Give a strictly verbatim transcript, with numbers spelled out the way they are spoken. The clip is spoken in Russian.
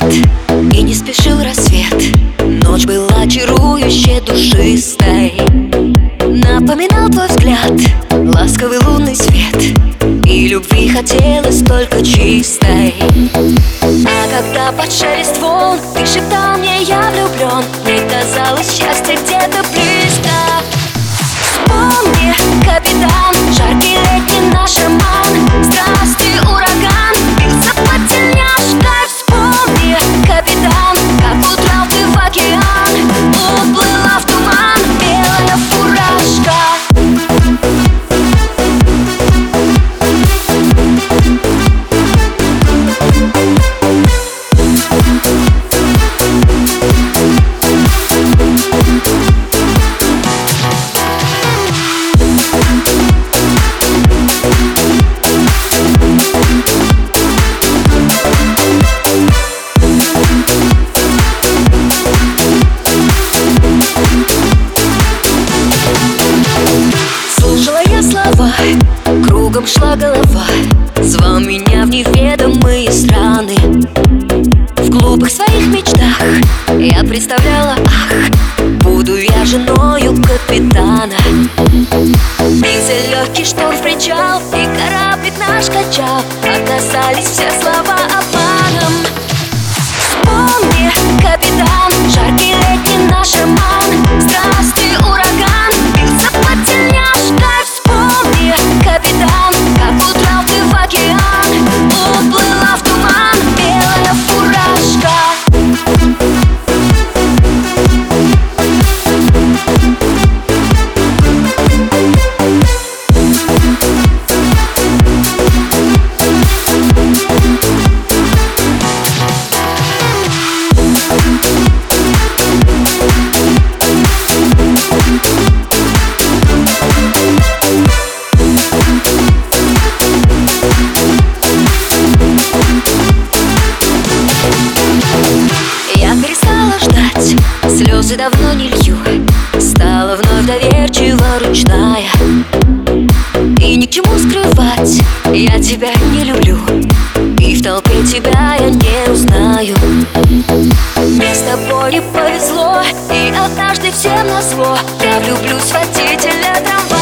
назад, и не спешил рассвет. Ночь была чарующе душистой. Напоминал твой взгляд ласковый лунный свет, и любви хотелось только чистой. А когда под шелест волн ты шептал мне: я влюблен, мне казалось, счастье где-то близко. Вспомни, капитан, жаркий летний наш роман, страсти ураган, бился под тельняшкой. Вспомни, капитан, как удрал ты в океан, уплыла в туман белая фуражка. Кругом шла голова, звал меня в неведомые страны. В глупых своих мечтах я представляла: ах, буду я женою капитана. Бился легкий шторм в причал, и кораблик наш качал. Оказались все слова обманом. Вспомни, капитан, жаркий летний наш роман, страсти ураган, бился под тельняшкой. Вспомни, капитан, как удрал ты в океан, уплыла в туман белая фуражка. Слезы давно не лью, стала вновь доверчиво ручная. И ни к чему скрывать, я тебя не люблю, и в толпе тебя я не узнаю. Мне с тобой не повезло, и однажды всем назло я влюблюсь в водителя трамвая.